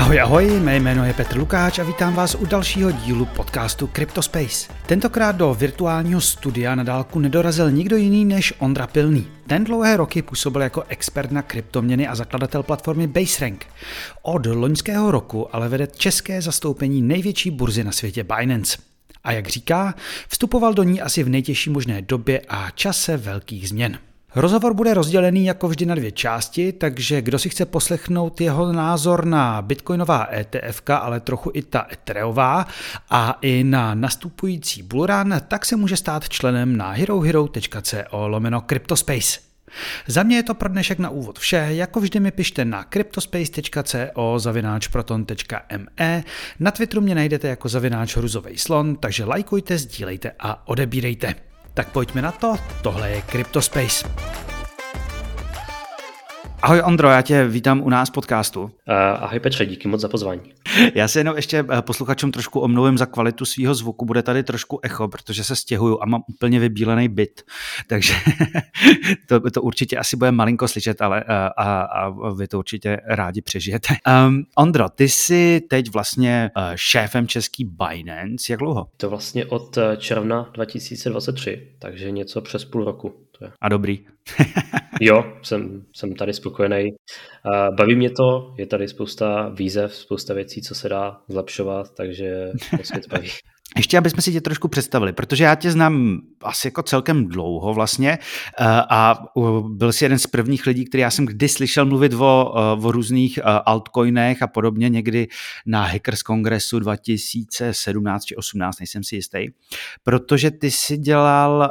Ahoj, ahoj, mé jméno je Petr Lukáč a vítám vás u dalšího dílu podcastu CryptoSpace. Tentokrát do virtuálního studia na dálku nedorazil nikdo jiný než Ondra Pilný. Ten dlouhé roky působil jako expert na kryptoměny a zakladatel platformy BaseRank. Od loňského roku ale vede české zastoupení největší burzy na světě Binance. A jak říká, vstupoval do ní asi v nejtěžší možné době a čase velkých změn. Rozhovor bude rozdělený jako vždy na dvě části, takže kdo si chce poslechnout jeho názor na bitcoinová ETFka, ale trochu i ta ethereová a i na nastupující bullrun, tak se může stát členem na herohero.co/CryptoSpace. Za mě je to pro dnešek na úvod vše, jako vždy mi pište na cryptospace.co/proton.me, na Twitteru mě najdete jako @hruzovejslon, takže lajkujte, sdílejte a odebírejte. Tak pojďme na to, tohle je CryptoSpace. Ahoj Ondro, já tě vítám u nás v podcastu. Ahoj Petře, díky moc za pozvání. Já se jenom ještě posluchačům trošku omluvím za kvalitu svýho zvuku, bude tady trošku echo, protože se stěhuju a mám úplně vybílený byt, takže to určitě asi bude malinko slyšet, ale a vy to určitě rádi přežijete. Ondro, ty jsi teď vlastně šéfem český Binance, jak dlouho? To vlastně od června 2023, takže něco přes půl roku. To je. A dobrý. Jo, jsem tady spokojený. Baví mě to, je tady spousta výzev, spousta věcí, co se dá zlepšovat, takže mě to baví. Ještě, abychom si tě trošku představili, protože já tě znám asi jako celkem dlouho vlastně a byl jsi jeden z prvních lidí, který já jsem kdy slyšel mluvit o různých altcoinech a podobně někdy na Hackers Kongresu 2017 či 18, nejsem si jistý, protože ty jsi dělal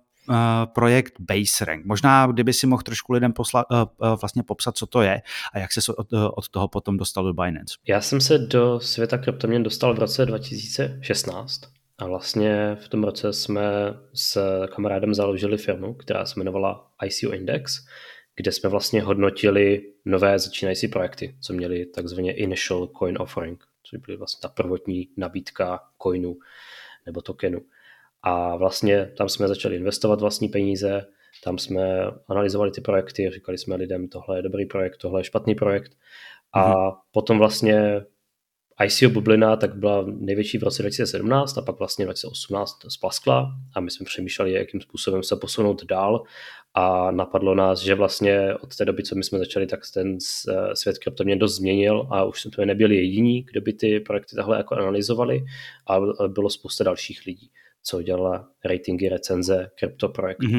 projekt BaseRank. Možná, kdyby si mohl trošku lidem vlastně popsat, co to je a jak se od toho potom dostal do Binance. Já jsem se do světa kryptoměn dostal v roce 2016 a vlastně v tom roce jsme s kamarádem založili firmu, která se jmenovala ICO Index, kde jsme vlastně hodnotili nové začínající projekty, co měli takzvaně Initial Coin Offering, což byly vlastně ta prvotní nabídka coinu nebo tokenu. A vlastně tam jsme začali investovat vlastní peníze, tam jsme analyzovali ty projekty, říkali jsme lidem, tohle je dobrý projekt, tohle je špatný projekt. A potom vlastně ICO bublina tak byla největší v roce 2017 a pak vlastně 2018 splaskla a my jsme přemýšleli, jakým způsobem se posunout dál a napadlo nás, že vlastně od té doby, co my jsme začali, tak ten svět kryptoměn dost změnil a už jsme to nebyli jediní, kdo by ty projekty tahle jako analyzovali a bylo spousta dalších lidí, co dělala ratingy, recenze kryptoprojektů.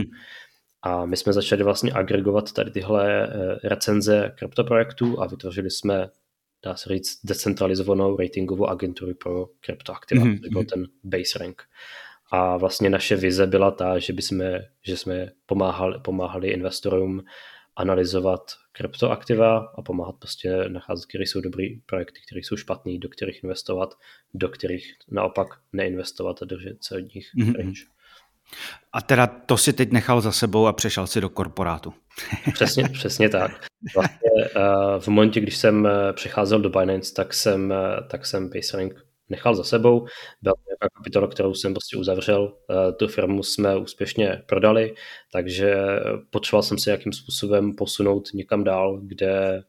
A my jsme začali vlastně agregovat tady tyhle recenze kryptoprojektů a vytvořili jsme, dá se říct, decentralizovanou ratingovou agenturu pro kryptoaktiva, to byl ten BaseRank. A vlastně naše vize byla ta, že jsme pomáhali investorům analyzovat kryptoaktiva a pomáhat prostě nacházet, které jsou dobrý projekty, které jsou špatný, do kterých investovat, do kterých naopak neinvestovat a držet se od nich pryč. A teda to si teď nechal za sebou a přešel si do korporátu. Přesně tak. Vlastně v momentě, když jsem přecházel do Binance, tak jsem BaseRank nechal za sebou. Byla nějaká kapitola, kterou jsem prostě uzavřel. Tu firmu jsme úspěšně prodali, takže potřeboval jsem se nějakým způsobem posunout někam dál, kde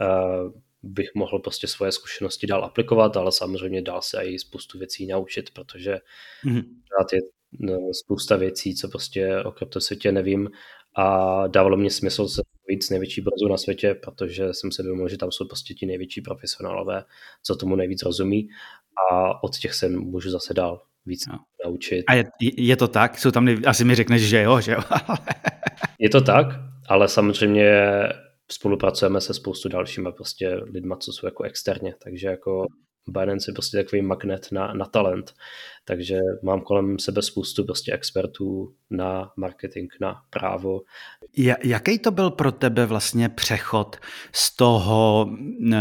bych mohl prostě svoje zkušenosti dál aplikovat, ale samozřejmě dál se i spoustu věcí naučit, protože je spousta věcí, co prostě o kryptosvětě nevím a dávalo mě smysl se spojit s největší burzou na světě, protože jsem se uvědomil, že tam jsou prostě ti největší profesionálové, co tomu nejvíc rozumí a od těch se můžu zase dál víc naučit. A je to tak? Jsou tam asi mi řekneš, že jo? Je to tak, ale samozřejmě spolupracujeme se spoustu dalšíma prostě lidma, co jsou jako externě, takže jako Binance je prostě takový magnet na talent, takže mám kolem sebe spoustu prostě expertů na marketing, na právo. Jaký to byl pro tebe vlastně přechod z toho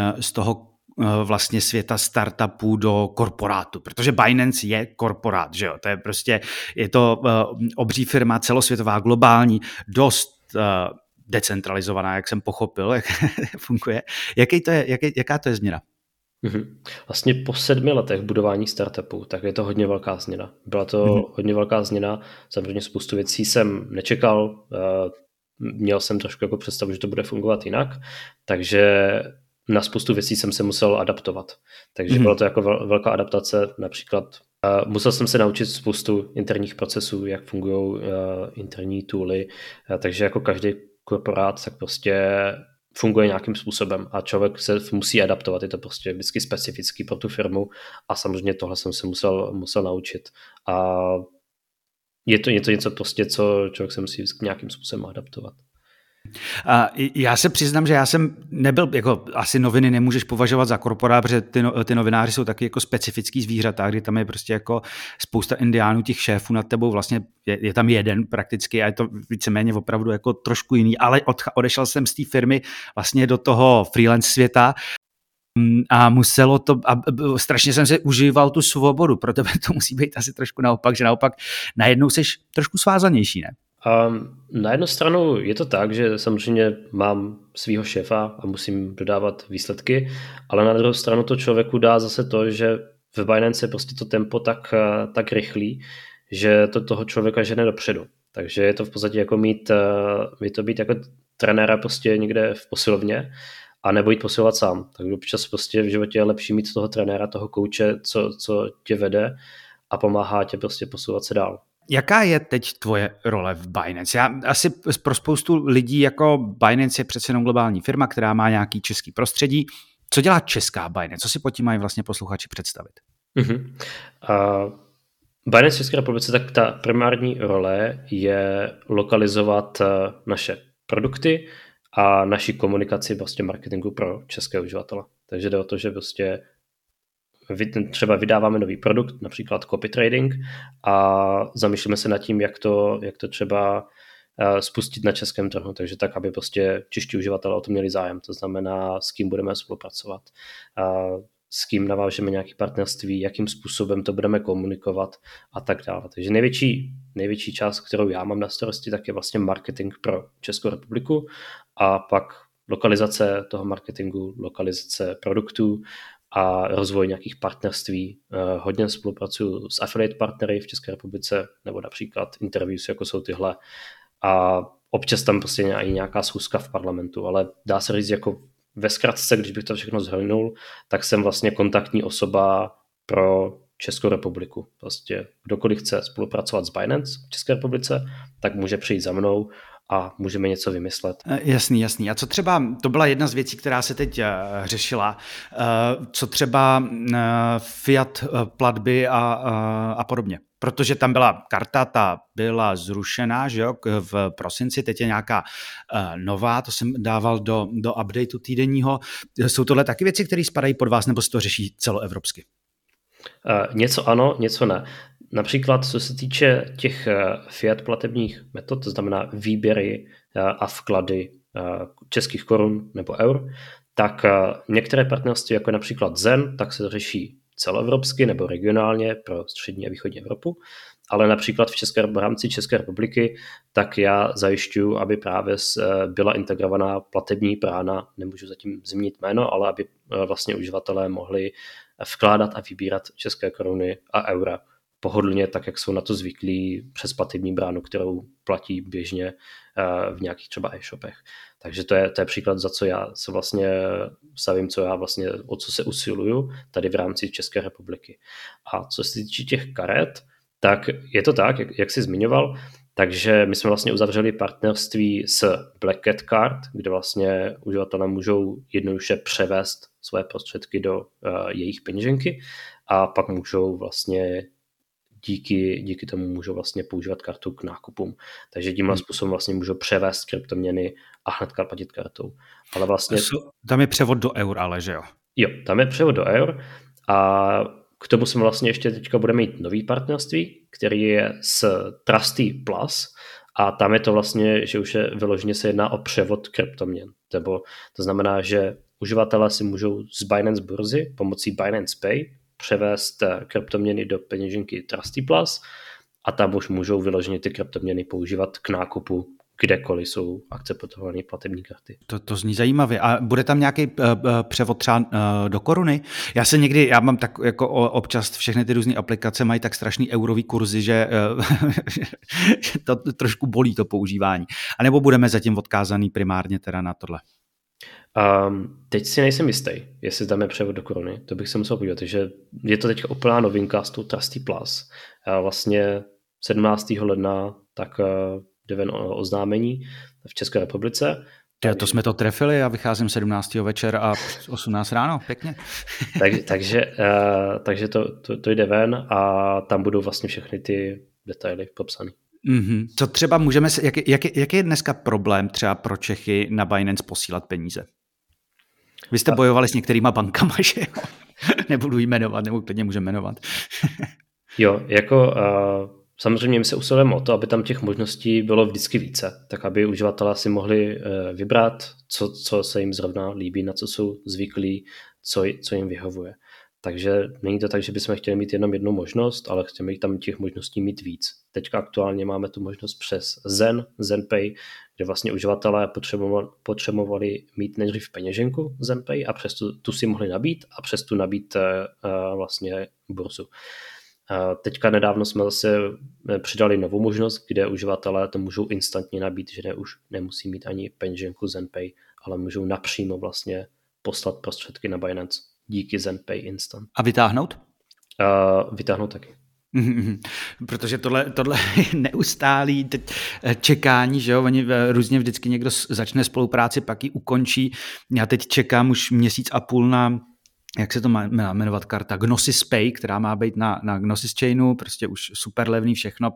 vlastně světa startupů do korporátu, protože Binance je korporát, že jo, to je prostě, je to obří firma, celosvětová, globální, dost decentralizovaná, jak jsem pochopil, jak funguje. Jaká to je změna? Vlastně po 7 letech budování startupu, tak je to hodně velká změna. Byla to hodně velká změna, samozřejmě spoustu věcí jsem nečekal, měl jsem trošku jako představu, že to bude fungovat jinak, takže na spoustu věcí jsem se musel adaptovat. Takže bylo to jako velká adaptace. Například musel jsem se naučit spoustu interních procesů, jak fungují interní tooly. Takže jako každý korporát tak prostě funguje nějakým způsobem a člověk se musí adaptovat. Je to prostě vždycky specifický pro tu firmu a samozřejmě tohle jsem se musel naučit. A je to něco prostě, co člověk se musí vždycky nějakým způsobem adaptovat. Já se přiznám, že já jsem nebyl, jako asi noviny nemůžeš považovat za korporát, protože ty novináři jsou taky jako specifický zvířata, kdy tam je prostě jako spousta indiánů, těch šéfů nad tebou, vlastně je tam jeden prakticky a je to víceméně opravdu jako trošku jiný, ale odešel jsem z té firmy vlastně do toho freelance světa a muselo to, a strašně jsem si užíval tu svobodu, pro tebe to musí být asi trošku naopak, že naopak najednou seš trošku svázanější, ne? Na jednu stranu je to tak, že samozřejmě mám svýho šéfa a musím dodávat výsledky, ale na druhou stranu to člověku dá zase to, že v Binance je prostě to tempo tak rychlý, že to toho člověka žene dopředu. Takže je to v podstatě jako být jako trenéra prostě někde v posilovně a nebo jít posilovat sám. Tak občas prostě v životě je lepší mít toho trenéra, toho kouče, co tě vede a pomáhá tě prostě posouvat se dál. Jaká je teď tvoje role v Binance? Já asi pro spoustu lidí jako Binance je přece jenom globální firma, která má nějaký český prostředí. Co dělá česká Binance? Co si pod tím mají vlastně posluchači představit? Binance v České republice, tak ta primární role je lokalizovat naše produkty a naši komunikaci vlastně marketingu pro české uživatele. Takže jde o to, že prostě třeba vydáváme nový produkt, například copy trading a zamýšlíme se nad tím, jak to třeba spustit na českém trhu, takže tak, aby prostě čeští uživatelé o to měli zájem, to znamená, s kým budeme spolupracovat, s kým navážeme nějaké partnerství, jakým způsobem to budeme komunikovat a tak dále. Takže největší část, kterou já mám na starosti, tak je vlastně marketing pro Českou republiku a pak lokalizace toho marketingu, lokalizace produktů a rozvoj nějakých partnerství. Hodně spolupracuju s affiliate partnery v České republice, nebo například interviews, jako jsou tyhle. A občas tam prostě i nějaká schůzka v parlamentu, ale dá se říct jako ve zkratce, když bych to všechno shrnul, tak jsem vlastně kontaktní osoba pro Českou republiku. Prostě kdokoliv chce spolupracovat s Binance v České republice, tak může přijít za mnou a můžeme něco vymyslet. Jasný. A co třeba, to byla jedna z věcí, která se teď řešila, co třeba fiat platby a podobně. Protože tam byla karta, ta byla zrušená, že jo, v prosinci, teď je nějaká nová, to jsem dával do updateu týdenního. Jsou tohle taky věci, které spadají pod vás, nebo se to řeší celoevropsky? Něco ano, něco ne. Například, co se týče těch fiat platebních metod, to znamená výběry a vklady českých korun nebo eur, tak některé partnerství, jako například Zen, tak se to řeší celoevropsky nebo regionálně pro střední a východní Evropu, ale například v rámci České republiky, tak já zajišťuji, aby právě byla integrovaná platební brána, nemůžu zatím zmínit jméno, ale aby vlastně uživatelé mohli vkládat a vybírat české koruny a eura pohodlně, tak jak jsou na to zvyklí přes platební bránu, kterou platí běžně v nějakých třeba e-shopech. Takže to je příklad, za co já se vlastně stavím, o co se usiluju tady v rámci České republiky. A co se týče těch karet, tak je to tak, jak jsi zmiňoval, takže my jsme vlastně uzavřeli partnerství s Black Cat Card, kde vlastně uživatelé můžou jednoduše převést své prostředky do jejich peněženky a pak můžou vlastně díky tomu můžou vlastně používat kartu k nákupům. Takže tímhle způsobem vlastně můžou převést kryptoměny a hnedka platit kartou. Ale vlastně tam je převod do eur, ale že jo? Jo, tam je převod do eur a k tomu jsme vlastně ještě teďka budeme mít nový partnerství, který je s Trusty Plus a tam je to vlastně, že už je vyloženě se jedná o převod kryptoměn. To znamená, že uživatelé si můžou z Binance burzy pomocí Binance Pay převést kryptoměny do peněženky Trusty Plus a tam už můžou vyloženě ty kryptoměny používat k nákupu, kdekoliv jsou akceptované platební karty. To zní zajímavě. A bude tam nějaký převod třeba do koruny? Já mám tak jako občas všechny ty různé aplikace mají tak strašný eurový kurzy, že to trošku bolí to používání. A nebo budeme zatím odkázaný primárně teda na tohle? Teď si nejsem jistý, jestli dáme převod do koruny, to bych se musel podívat, takže je to teď úplná novinka s tou Trusty Plus. Vlastně 17. ledna tak jde ven oznámení v České republice. To jsme to trefili, já vycházím 17. večer a 18 ráno, pěkně. takže to jde ven a tam budou vlastně všechny ty detaily popsané. Mm-hmm. Co třeba můžeme se, jaký je dneska problém třeba pro Čechy na Binance posílat peníze? Vy jste bojovali s některýma bankama, že jo? Nebudu jmenovat, nebo klidně můžeme jmenovat. Jo, samozřejmě my se usilujeme o to, aby tam těch možností bylo vždycky více, tak aby uživatelé si mohli vybrat, co se jim zrovna líbí, na co jsou zvyklí, co jim vyhovuje. Takže není to tak, že bychom chtěli mít jenom jednu možnost, ale chceme tam těch možností mít víc. Teďka aktuálně máme tu možnost přes ZenPay, kde vlastně uživatelé potřebovali mít nejdřív peněženku ZenPay a přes tu si mohli nabít a přes tu nabít vlastně burzu. Teďka nedávno jsme zase přidali novou možnost, kde uživatelé to můžou instantně nabít, že už nemusí mít ani peněženku ZenPay, ale můžou napřímo vlastně poslat prostředky na Binance díky ZenPay Instant. A vytáhnout? Vytáhnout taky. Protože tohle je neustálý čekání, že jo, oni různě vždycky někdo začne spolupráci, pak ji ukončí. Já teď čekám už měsíc a půl na, jak se to má jmenovat karta, Gnosis Pay, která má být na Gnosis Chainu, prostě už super levný všechno,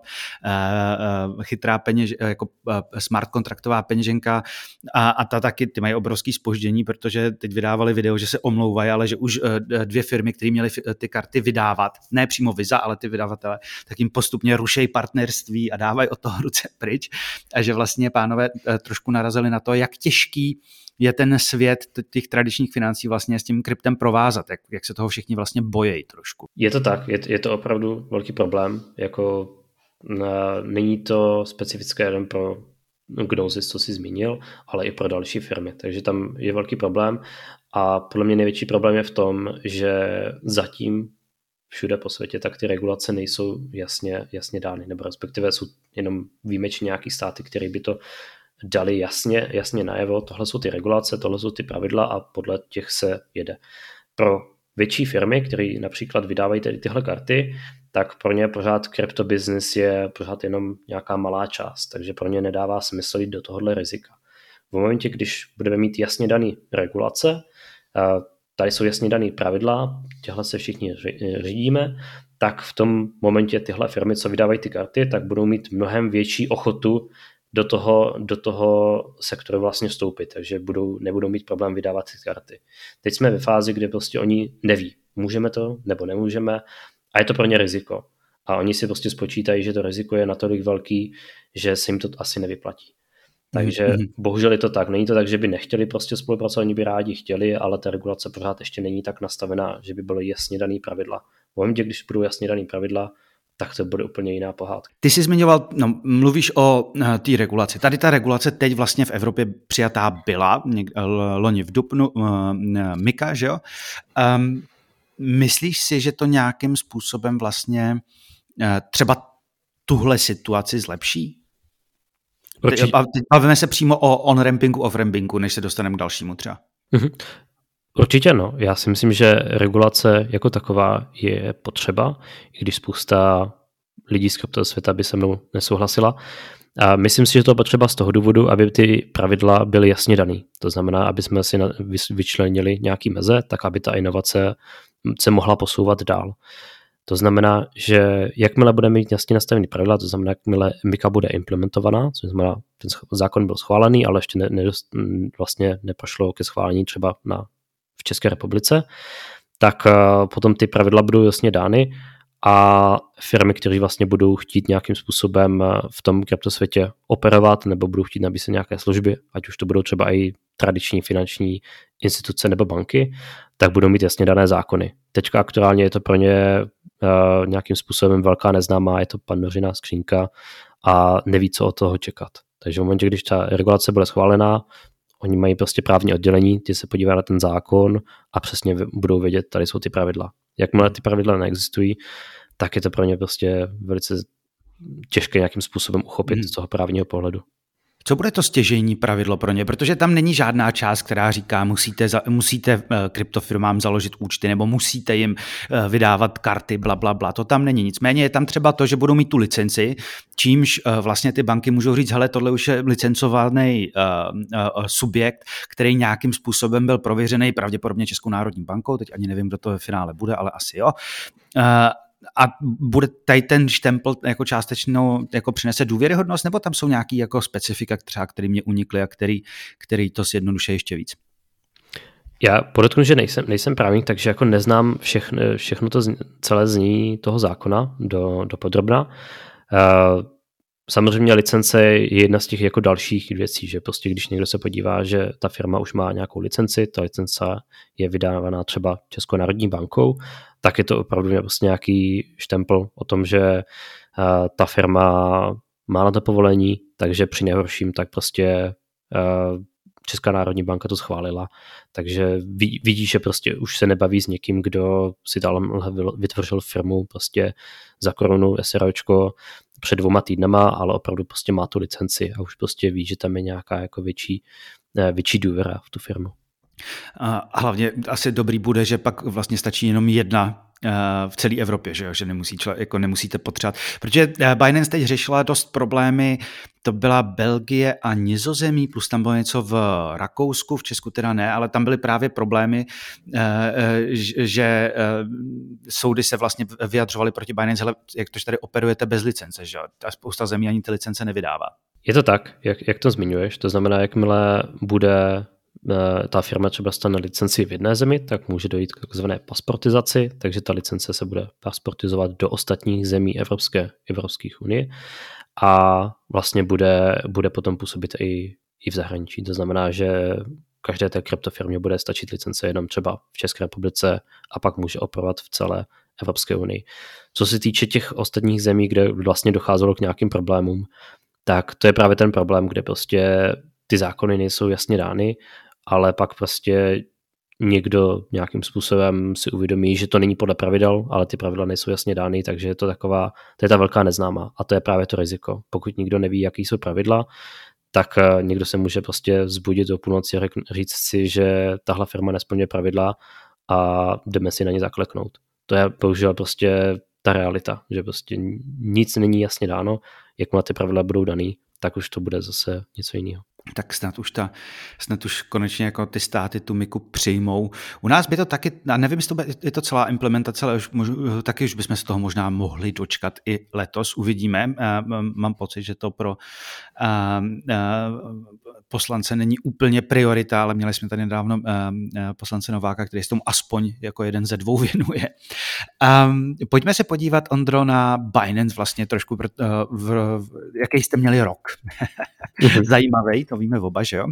chytrá jako smart kontraktová peněženka a ta taky, ty mají obrovský zpoždění, protože teď vydávali video, že se omlouvají, ale že už 2 firmy, které měly ty karty vydávat, ne přímo Visa, ale ty vydavatele, tak jim postupně rušejí partnerství a dávají od toho ruce pryč a že vlastně pánové trošku narazili na to, jak těžký je ten svět těch tradičních financí vlastně s tím kryptem provázat, jak se toho všichni vlastně bojejí trošku. Je to tak, je to opravdu velký problém, jako není to specifické jen pro Gnosis, co jsi zmínil, ale i pro další firmy, takže tam je velký problém a podle mě největší problém je v tom, že zatím všude po světě tak ty regulace nejsou jasně dány, nebo respektive jsou jenom výjimečně nějaký státy, které by to dali jasně najevo, tohle jsou ty regulace, tohle jsou ty pravidla a podle těch se jede. Pro větší firmy, které například vydávají tyhle karty, tak pro ně pořád crypto business je pořád jenom nějaká malá část, takže pro ně nedává smysl jít do tohohle rizika. V momentě, když budeme mít jasně daný regulace, tady jsou jasně daný pravidla, těhle se všichni řídíme, tak v tom momentě tyhle firmy, co vydávají ty karty, tak budou mít mnohem větší ochotu do toho sektoru vlastně vstoupit, takže nebudou mít problém vydávat ty karty. Teď jsme ve fázi, kde prostě oni neví, můžeme to nebo nemůžeme a je to pro ně riziko. A oni si prostě spočítají, že to riziko je natolik velký, že se jim to asi nevyplatí. Takže bohužel je to tak. Není to tak, že by nechtěli prostě spolupracovat, oni by rádi chtěli, ale ta regulace pořád ještě není tak nastavená, že by byly jasně daný pravidla. V momentě, když budou jasně daný pravidla, tak to bude úplně jiná pohádka. Ty jsi zmiňoval, mluvíš o té regulaci. Tady ta regulace teď vlastně v Evropě přijatá byla, loni v dubnu, MiCA, že jo? Myslíš si, že to nějakým způsobem vlastně třeba tuhle situaci zlepší? Bavíme se přímo o on-rampingu, off-rampingu, než se dostaneme k dalšímu třeba. Určitě no. Já si myslím, že regulace jako taková je potřeba, i když spousta lidí z krypto světa by se mnou nesouhlasila. A myslím si, že to je potřeba z toho důvodu, aby ty pravidla byly jasně daný. To znamená, aby jsme si vyčlenili nějaký meze, tak aby ta inovace se mohla posouvat dál. To znamená, že jakmile budeme mít jasně nastavený pravidla, to znamená, jakmile MiCA bude implementovaná, což znamená, ten zákon byl schválený, ale ještě vlastně neprošlo ke schválení třeba v České republice, tak potom ty pravidla budou jasně dány a firmy, které vlastně budou chtít nějakým způsobem v tom kryptosvětě operovat nebo budou chtít nabízet nějaké služby, ať už to budou třeba i tradiční finanční instituce nebo banky, tak budou mít jasně dané zákony. Teďka aktuálně je to pro ně nějakým způsobem velká neznámá, je to pandořina skřínka a neví, co od toho čekat. Takže v momentě, když ta regulace bude schválená, oni mají prostě právní oddělení, ty se podívají na ten zákon a přesně budou vědět, tady jsou ty pravidla. Jakmile ty pravidla neexistují, tak je to pro ně prostě velice těžké nějakým způsobem uchopit z toho právního pohledu. Co bude to stěžejní pravidlo pro ně? Protože tam není žádná část, která říká, musíte kryptofirmám založit účty nebo musíte jim vydávat karty, bla. To tam není. Nicméně je tam třeba to, že budou mít tu licenci, čímž vlastně ty banky můžou říct, hele, tohle už je licencovaný subjekt, který nějakým způsobem byl prověřený pravděpodobně Českou národní bankou, teď ani nevím, kdo to ve finále bude, ale asi jo. A bude tady ten štempl jako částečnou jako přinese důvěryhodnost, nebo tam jsou nějaký jako specifika, třeba, který mě unikly a který to zjednoduší ještě víc? Já podotknu, že nejsem právník, takže jako neznám všechno to celé znění toho zákona do podrobna. Samozřejmě licence je jedna z těch jako dalších věcí, že prostě když někdo se podívá, že ta firma už má nějakou licenci, ta licence je vydávaná třeba Českou národní bankou, tak je to opravdu prostě nějaký štempl o tom, že ta firma má na to povolení, takže při nejhorším tak prostě Česká národní banka to schválila, takže vidí, že prostě už se nebaví s někým, kdo si vytvořil firmu prostě za korunu SROčko před 2 týdnama, ale opravdu prostě má tu licenci a už prostě ví, že tam je nějaká jako větší důvěra v tu firmu. A hlavně asi dobrý bude, že pak vlastně stačí jenom jedna v celé Evropě, že nemusíte potřebovat. Protože Binance teď řešila dost problémy, to byla Belgie a Nizozemí, plus tam bylo něco v Rakousku, v Česku teda ne, ale tam byly právě problémy, že soudy se vlastně vyjadřovaly proti Binance, hele, jak to, že tady operujete bez licence, že? A spousta zemí ani ty licence nevydává. Je to tak, jak to zmiňuješ, to znamená, jakmile bude ta firma třeba stane licenci v jedné zemi, tak může dojít k takzvané pasportizaci, takže ta licence se bude pasportizovat do ostatních zemí Evropské unie a vlastně bude potom působit i v zahraničí. To znamená, že každé té kryptofirmě bude stačit licence jenom třeba v České republice a pak může operovat v celé Evropské unii. Co se týče těch ostatních zemí, kde vlastně docházelo k nějakým problémům, tak to je právě ten problém, kde prostě ty zákony nejsou jasně dány, ale pak prostě někdo nějakým způsobem si uvědomí, že to není podle pravidel, ale ty pravidla nejsou jasně dány, takže je to je ta velká neznámá a to je právě to riziko. Pokud nikdo neví, jaký jsou pravidla, tak někdo se může prostě vzbudit o půlnoci a říct si, že tahle firma nesplňuje pravidla a jdeme si na ně zakleknout. To je bohužel prostě ta realita, že prostě nic není jasně dáno, jakmile ty pravidla budou daný, tak už to bude zase něco jiného. Tak snad už konečně jako ty státy tu MiCA přijmou. U nás by to taky, a nevím, jestli je to celá implementace, ale taky už bychom se toho možná mohli dočkat i letos, uvidíme. Mám pocit, že to pro poslance není úplně priorita, ale měli jsme tady nedávno poslance Nováka, který se tomu aspoň jako jeden ze 2 věnuje. Pojďme se podívat, Ondro, na Binance vlastně trošku, jaký jste měli rok. Zajímavý, to víme oba, že jo?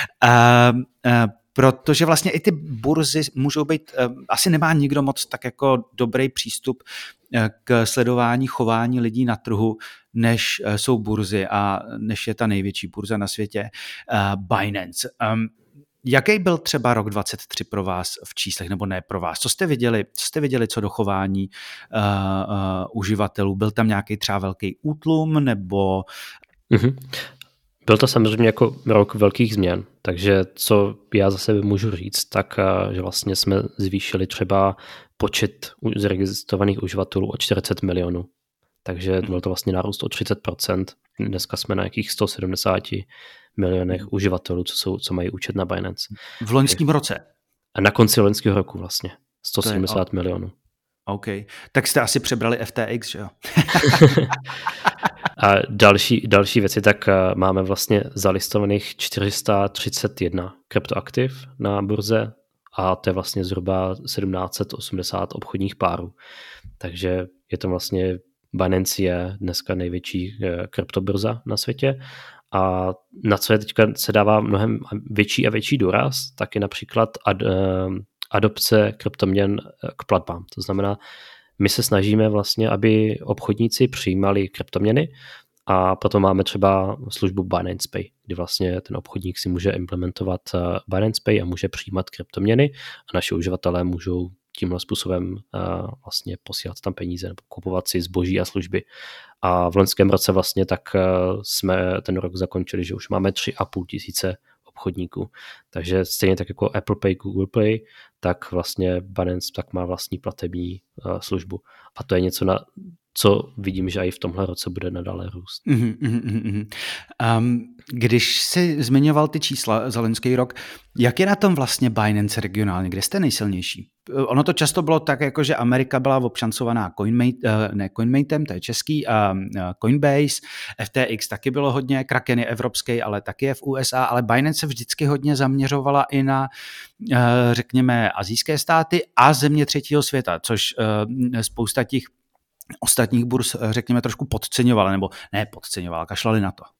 Protože vlastně i ty burzy můžou být, asi nemá nikdo moc tak jako dobrý přístup k sledování chování lidí na trhu, než jsou burzy a než je ta největší burza na světě, Binance. Jaký byl třeba rok 2023 pro vás v číslech, nebo ne pro vás? Co jste viděli co do chování uživatelů? Byl tam nějaký třeba velký útlum, nebo... Byl to samozřejmě jako rok velkých změn, takže co já za sebe můžu říct, tak že vlastně jsme zvýšili třeba počet zaregistrovaných uživatelů o 40 milionů. Takže byl to vlastně nárůst o 30%. Dneska jsme na nějakých 170 milionech uživatelů, co mají účet na Binance. V loňském roce? A na konci loňského roku vlastně. 170 milionů. OK. Tak jste asi přebrali FTX, že jo? A další věci, tak máme vlastně zalistovaných 431 kryptoaktiv na burze a to je vlastně zhruba 1780 obchodních párů. Takže je to vlastně Binance je dneska největší kryptoburza na světě a na co je teďka se dává mnohem větší a větší důraz, tak je například adopce kryptoměn k platbám. To znamená, my se snažíme vlastně, aby obchodníci přijímali kryptoměny a potom máme třeba službu Binance Pay, kdy vlastně ten obchodník si může implementovat Binance Pay a může přijímat kryptoměny a naši uživatelé můžou tímhle způsobem vlastně posílat tam peníze nebo kupovat si zboží a služby. A v loňském roce vlastně tak jsme ten rok zakončili, že už máme 3,5 tisíce obchodníků. Takže stejně tak jako Apple Pay, Google Pay, tak vlastně Binance tak má vlastní platební službu. A to je něco, co vidím, že i v tomhle roce bude nadále růst. Když jsi zmiňoval ty čísla za loňský rok, jak je na tom vlastně Binance regionálně? Kde jste nejsilnější? Ono to často bylo tak, jako že Amerika byla obšancovaná Coinmatem, to je český, Coinbase, FTX taky bylo hodně, Kraken je evropský, ale taky je v USA, ale Binance se vždycky hodně zaměřovala i na, řekněme, asijské státy a země třetího světa, což spousta těch ostatních burz, řekněme, trošku podceňovala, nebo ne podceňovala, kašlali na to.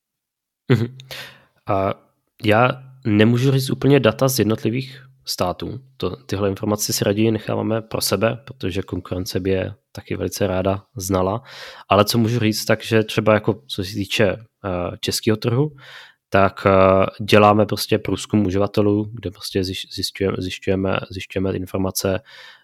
A já nemůžu říct úplně data z jednotlivých států. Tyhle informace si raději necháváme pro sebe, protože konkurence by je taky velice ráda znala. Ale co můžu říct, takže třeba jako co se týče českého trhu, tak děláme prostě průzkum uživatelů, kde prostě zjišťujeme informace,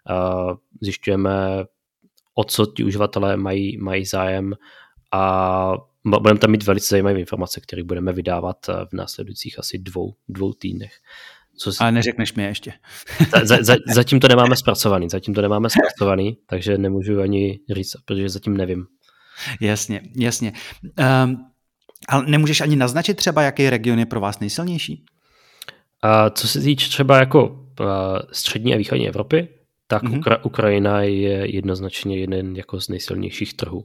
zjišťujeme, o co ti uživatelé mají zájem a budeme tam mít velice zajímavé informace, které budeme vydávat v následujících asi dvou týdnech. Ale neřekneš mi ještě. Zatím to nemáme zpracovaný, takže nemůžu ani říct, protože zatím nevím. Jasně. Ale nemůžeš ani naznačit třeba, jaký region je pro vás nejsilnější? Co se týče třeba jako střední a východní Evropy, tak Ukrajina je jednoznačně jeden jako z nejsilnějších trhů.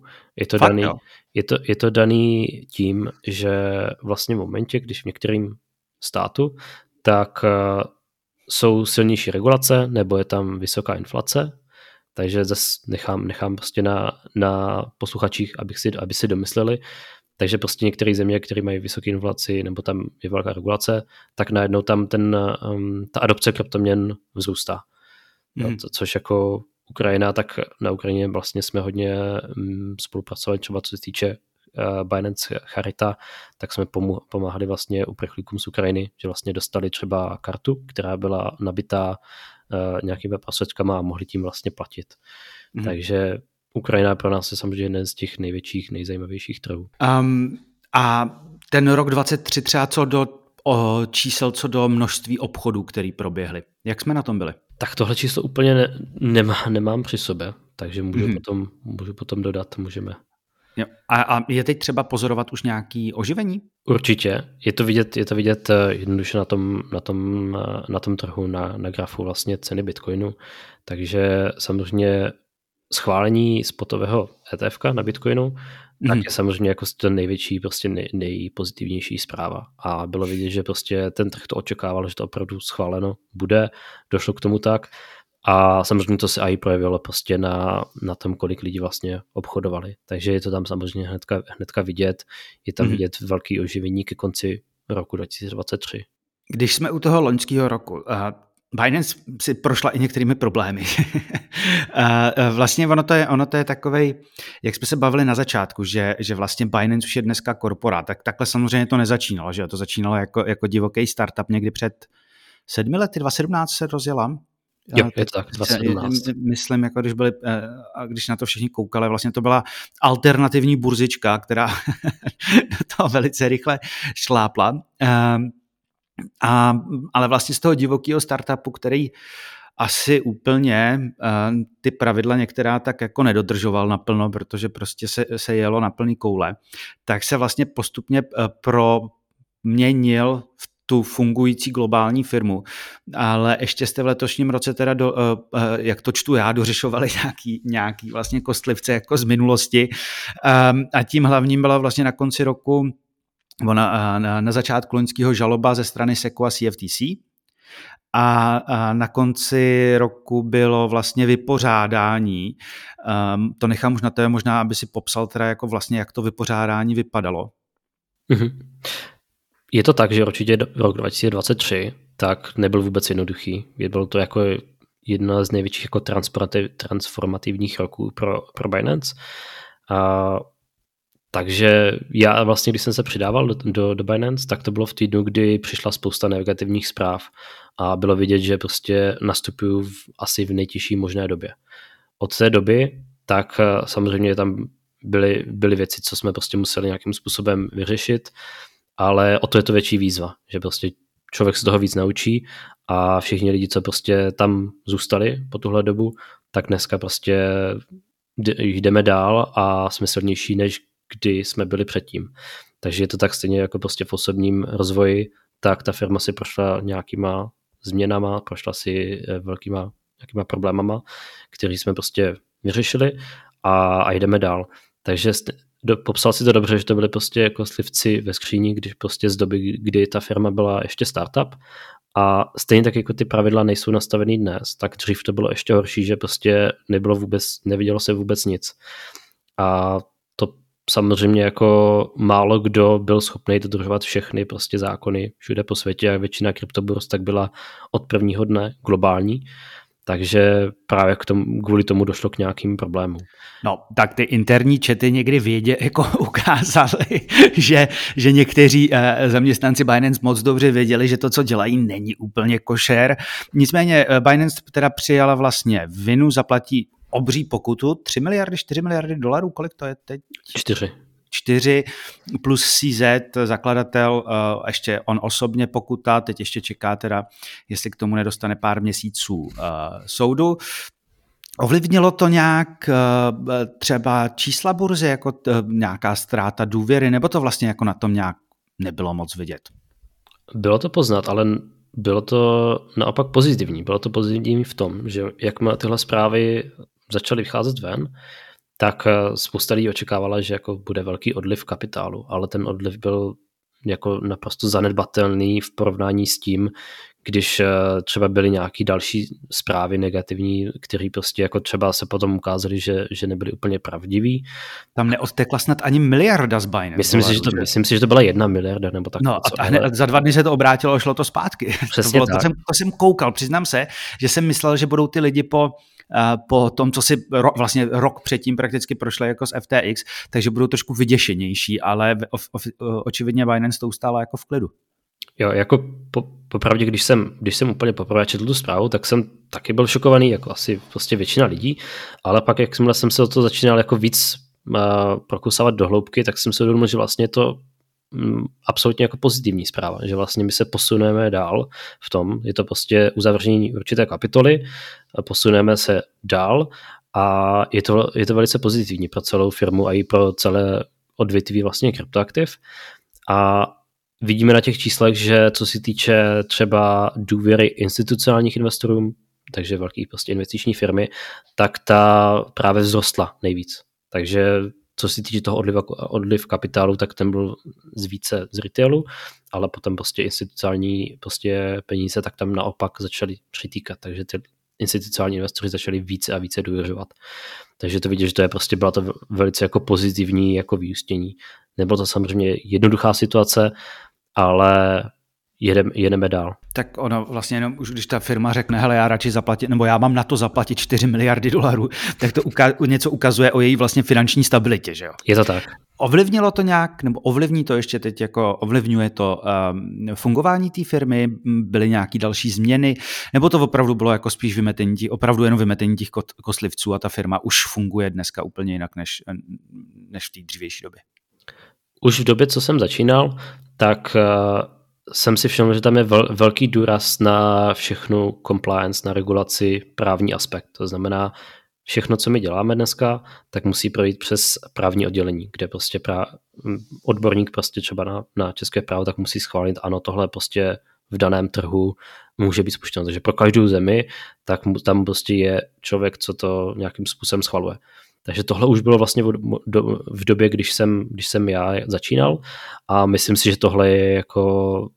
Je to daný tím, že vlastně v momentě, když v některým státu, tak jsou silnější regulace, nebo je tam vysoká inflace, takže zase nechám prostě na posluchačích, aby si domysleli. Takže prostě některé země, které mají vysoké inflaci, nebo tam je velká regulace, tak najednou tam ta adopce kryptoměn vzrůstá. Což jako Ukrajina, tak na Ukrajině vlastně jsme hodně spolupracovali, třeba co se týče Binance Charita, tak jsme pomáhali vlastně uprchlíkům z Ukrajiny, že vlastně dostali třeba kartu, která byla nabitá nějakými prostředkama a mohli tím vlastně platit. Takže Ukrajina pro nás je samozřejmě jeden z těch největších, nejzajímavějších trhů. A ten rok 2023 třeba co do čísel, co do množství obchodů, které proběhly. Jak jsme na tom byli? Tak tohle číslo úplně nemám při sobě, takže můžu potom dodat, můžeme. Jo. A je teď třeba pozorovat už nějaké oživení? Určitě. Je to vidět jednoduše na tom trhu, na grafu vlastně ceny Bitcoinu. Takže samozřejmě schválení spotového ETF na Bitcoinu, tak je samozřejmě jako ten největší, prostě nejpozitivnější zpráva. A bylo vidět, že prostě ten trh to očekával, že to opravdu schváleno bude. Došlo k tomu tak. A samozřejmě to se i projevilo prostě na tom, kolik lidí vlastně obchodovali. Takže je to tam samozřejmě hnedka vidět. Je tam vidět velký oživení ke konci roku 2023. Když jsme u toho loňského roku, Binance si prošla i některými problémy. Vlastně ono to je takovej, jak jsme se bavili na začátku, že vlastně Binance už je dneska korporát, tak takhle samozřejmě to nezačínalo, že to začínalo jako divoký startup někdy před 7 lety, 2017 se rozjela. Jo, je to tak, 2017. Myslím, jako když na to všichni koukali, vlastně to byla alternativní burzička, která to velice rychle šlápla. Ale vlastně z toho divokého startupu, který asi úplně ty pravidla některá tak jako nedodržoval naplno, protože prostě se jelo na plný koule, tak se vlastně postupně proměnil v tu fungující globální firmu. Ale ještě jste v letošním roce teda, jak to čtu já, dořešovali nějaký vlastně kostlivce jako z minulosti. A tím hlavním byla vlastně na konci roku na začátku loňského žaloba ze strany SECu a CFTC a na konci roku bylo vlastně vypořádání. To nechám už na to, možná, aby si popsal teda jako vlastně, jak to vypořádání vypadalo. Je to tak, že určitě rok 2023 tak nebyl vůbec jednoduchý. Bylo to jako jedna z největších jako transformativních roků pro Binance. Takže já vlastně, když jsem se přidával do Binance, tak to bylo v týdnu, kdy přišla spousta negativních zpráv a bylo vidět, že prostě nastupuju asi v nejtěžší možné době. Od té doby, tak samozřejmě tam byly věci, co jsme prostě museli nějakým způsobem vyřešit, ale o to je to větší výzva, že prostě člověk se toho víc naučí a všichni lidi, co prostě tam zůstali po tuhle dobu, tak dneska prostě jdeme dál a jsme silnější, než kdy jsme byli předtím. Takže je to tak stejně jako prostě v osobním rozvoji, tak ta firma si prošla nějakýma změnama, prošla si velkýma nějakýma problémama, který jsme prostě vyřešili a jdeme dál. Takže popsal si to dobře, že to byly prostě jako slivci ve skříni, když prostě z doby, kdy ta firma byla ještě startup a stejně tak jako ty pravidla nejsou nastavený dnes, tak dřív to bylo ještě horší, že prostě nevidělo se vůbec nic. A to samozřejmě jako málo kdo byl schopný dodržovat všechny prostě zákony všude po světě a většina kryptoburz tak byla od prvního dne globální. Takže právě kvůli tomu došlo k nějakým problémům. No, tak ty interní chaty někdy jako ukázaly, že někteří zaměstnanci Binance moc dobře věděli, že to, co dělají, není úplně košer. Nicméně Binance teda přijala vlastně vinu, zaplatí obří pokutu, 4 miliardy dolarů, kolik to je teď? 4 plus CZ, zakladatel, ještě on osobně pokuta, teď ještě čeká teda, jestli k tomu nedostane pár měsíců soudu. Ovlivnilo to nějak třeba čísla burzy, jako nějaká ztráta důvěry, nebo to vlastně jako na tom nějak nebylo moc vidět? Bylo to poznat, ale bylo to naopak pozitivní. Bylo to pozitivní v tom, že jakmile tyhle zprávy začaly vycházet ven, tak spousta lidí očekávala, že jako bude velký odliv kapitálu, ale ten odliv byl jako naprosto zanedbatelný v porovnání s tím, když třeba byly nějaký další zprávy negativní, které prostě jako třeba se potom ukázaly, že nebyly úplně pravdivý. Tam neodtekla snad ani miliarda z Binance. Myslím si, že to byla 1 miliarda nebo tak. No a hned za 2 dny se to obrátilo a šlo to zpátky. Přesně tak. To jsem koukal, přiznám se, že jsem myslel, že budou ty lidi po tom, co si vlastně rok předtím prakticky prošli jako z FTX, takže budou trošku vyděšenější, ale očividně Binance to ustála jako v klidu. Jo, jako popravdě, když jsem úplně poprvé četl tu zprávu, tak jsem taky byl šokovaný, jako asi prostě většina lidí, ale pak, jakmile jsem se o to začínal jako víc prokusávat do hloubky, tak jsem se uvědomil, že vlastně to absolutně jako pozitivní zpráva, že vlastně my se posuneme dál v tom, je to prostě uzavření určité kapitoly, posuneme se dál a je to velice pozitivní pro celou firmu a i pro celé odvětví vlastně kryptoaktiv a vidíme na těch číslech, že co se týče třeba důvěry institucionálních investorů, takže velkých prostě investiční firmy, tak ta právě vzrostla nejvíc. Takže co se týče toho odliv kapitálu, tak ten byl více z retailu, ale potom prostě institucionální prostě peníze, tak tam naopak začaly přitýkat, takže ty institucionální investoři začali více a více důvěřovat. Takže to vidět, že to je prostě byla to velice jako pozitivní jako vyústění. Nebylo to samozřejmě jednoduchá situace, ale jedeme dál. Tak ono vlastně jenom už když ta firma řekne, hele, já radši zaplatit, nebo já mám na to zaplatit 4 miliardy dolarů, tak to něco ukazuje o její vlastně finanční stabilitě, že jo? Je to tak. Ovlivnilo to nějak, nebo ovlivní to ještě teď, jako ovlivňuje to fungování té firmy, byly nějaké další změny, nebo to opravdu bylo jako spíš opravdu vymetení těch koslivců a ta firma už funguje dneska úplně jinak než v té dřívější době? Už v době, co jsem začínal, tak jsem si všiml, že tam je velký důraz na všechnu compliance, na regulaci, právní aspekt. To znamená, všechno, co my děláme dneska, tak musí projít přes právní oddělení, kde prostě odborník prostě třeba na české právo tak musí schválit, ano, tohle prostě v daném trhu může být spuštěno. Takže pro každou zemi, tak tam prostě je člověk, co to nějakým způsobem schvaluje. Takže tohle už bylo vlastně v době, když jsem já začínal a myslím si, že tohle je jako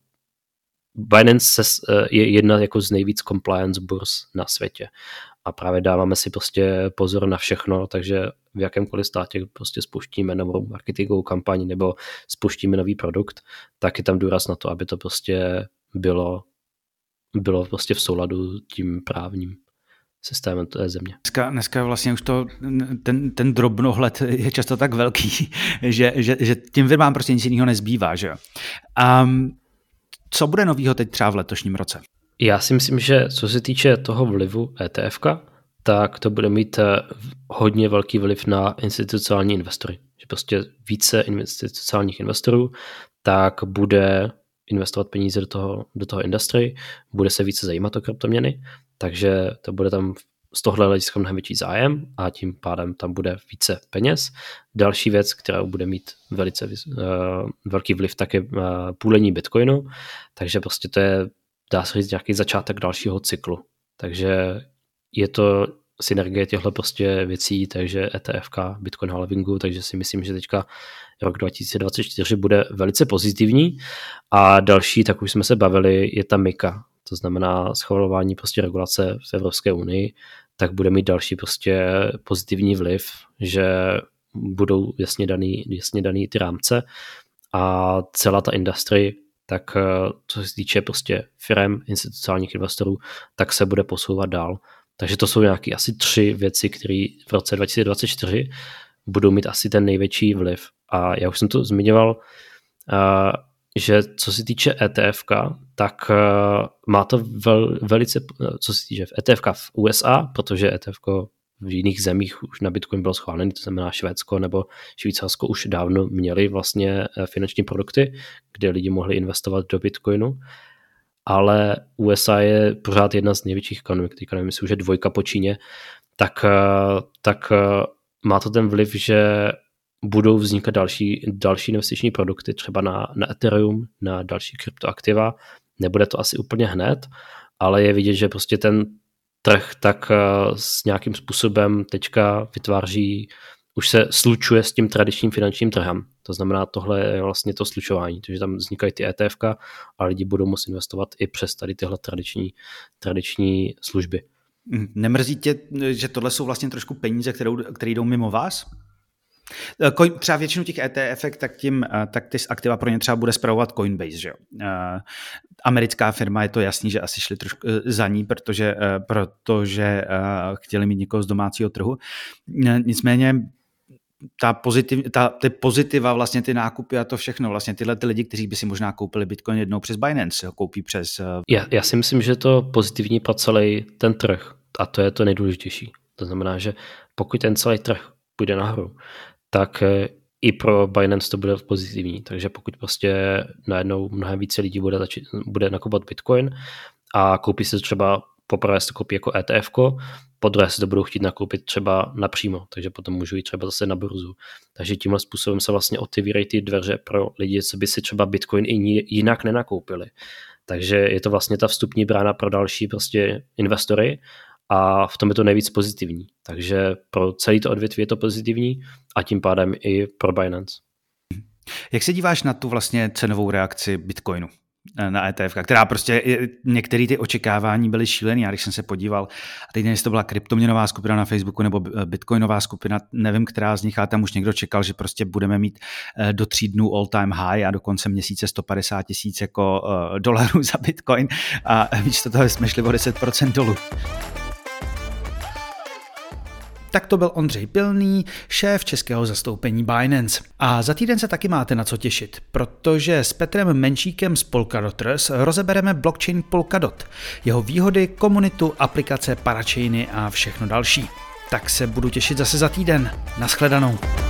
Binance je jedna jako z nejvíc compliance burz na světě a právě dáváme si prostě pozor na všechno, takže v jakémkoliv státě prostě spuštíme novou marketingovou kampaň nebo spuštíme nový produkt, tak je tam důraz na to, aby to prostě bylo prostě v souladu tím právním. systémem té země. Dneska vlastně už ten drobnohled je často tak velký, že tím firmám prostě nic jiného nezbývá. Že? Co bude novýho teď třeba v letošním roce? Já si myslím, že co se týče toho vlivu ETFka, tak to bude mít hodně velký vliv na institucionální investory. Že prostě více institucionálních investorů tak bude investovat peníze do toho industry, bude se více zajímat o kryptoměny, takže to bude tam z tohle hlediska mnohem větší zájem a tím pádem tam bude více peněz. Další věc, která bude mít velice velký vliv, tak je půlení Bitcoinu, takže prostě to je, dá se říct, nějaký začátek dalšího cyklu. Takže je to synergie těchto prostě věcí, takže ETFK, Bitcoin halvingu, takže si myslím, že teďka rok 2024 bude velice pozitivní. A další, tak už jsme se bavili, je ta MiCA, to znamená schvalování prostě regulace v Evropské unii, tak bude mít další prostě pozitivní vliv, že budou jasně daný ty rámce a celá ta industry, tak co se týče prostě firem, institucionálních investorů, tak se bude posouvat dál. Takže to jsou nějaké asi 3 věci, které v roce 2024 budou mít asi ten největší vliv. A já už jsem to zmiňoval, že co se týče ETFK, tak má to velice, co se týče ETFK v USA, protože ETFK v jiných zemích už na Bitcoin bylo schválený, to znamená Švédsko nebo Švýcarsko už dávno měli vlastně finanční produkty, kde lidi mohli investovat do Bitcoinu, ale USA je pořád jedna z největších ekonomik, teďka nevím, jestli už je 2 po Číně, tak má to ten vliv, že budou vznikat další investiční produkty, třeba na Ethereum, na další kryptoaktiva. Nebude to asi úplně hned, ale je vidět, že prostě ten trh tak s nějakým způsobem teďka vytváří, už se slučuje s tím tradičním finančním trhem. To znamená, tohle je vlastně to slučování, takže tam vznikají ty ETFK a lidi budou moct investovat i přes tady tyhle tradiční služby. Nemrzí tě, že tohle jsou vlastně trošku peníze, které jdou mimo vás? Třeba většinu těch ETF, tak ty aktiva pro ně třeba bude spravovat Coinbase, že jo? Americká firma, je to jasný, že asi šli trošku za ní, protože chtěli mít někoho z domácího trhu. Nicméně ty pozitiva, vlastně ty nákupy a to všechno, vlastně tyhle ty lidi, kteří by si možná koupili Bitcoin jednou přes Binance, ho koupí přes... Já si myslím, že to pozitivní pro celý ten trh a to je to nejdůležitější. To znamená, že pokud ten celý trh půjde nahoru, tak i pro Binance to bude pozitivní. Takže pokud prostě najednou mnohem více lidí bude nakupovat Bitcoin a koupí se třeba, poprvé se to koupí jako ETF-ko, podruhé se to budou chtít nakoupit třeba napřímo, takže potom můžu jít třeba zase na burzu. Takže tímhle způsobem se vlastně otevírají ty dveře pro lidi, co by si třeba Bitcoin i jinak nenakoupili. Takže je to vlastně ta vstupní brána pro další prostě investory a v tom je to nejvíc pozitivní. Takže pro celý to odvětví je to pozitivní a tím pádem i pro Binance. Jak se díváš na tu vlastně cenovou reakci Bitcoinu na ETF, která prostě některé ty očekávání byly šílený. Já když jsem se podíval, a teď nevím, jestli to byla kryptoměnová skupina na Facebooku nebo bitcoinová skupina, nevím, která z nich, ale tam už někdo čekal, že prostě budeme mít do 3 dnů all time high a do konce měsíce 150 000 jako dolarů za Bitcoin a místo toho jsme šli o 10% dolů. Tak to byl Ondřej Pilný, šéf českého zastoupení Binance. A za týden se taky máte na co těšit, protože s Petrem Menšíkem z Polkadoters rozebereme blockchain Polkadot, jeho výhody, komunitu, aplikace, parachainy a všechno další. Tak se budu těšit zase za týden. Naschledanou.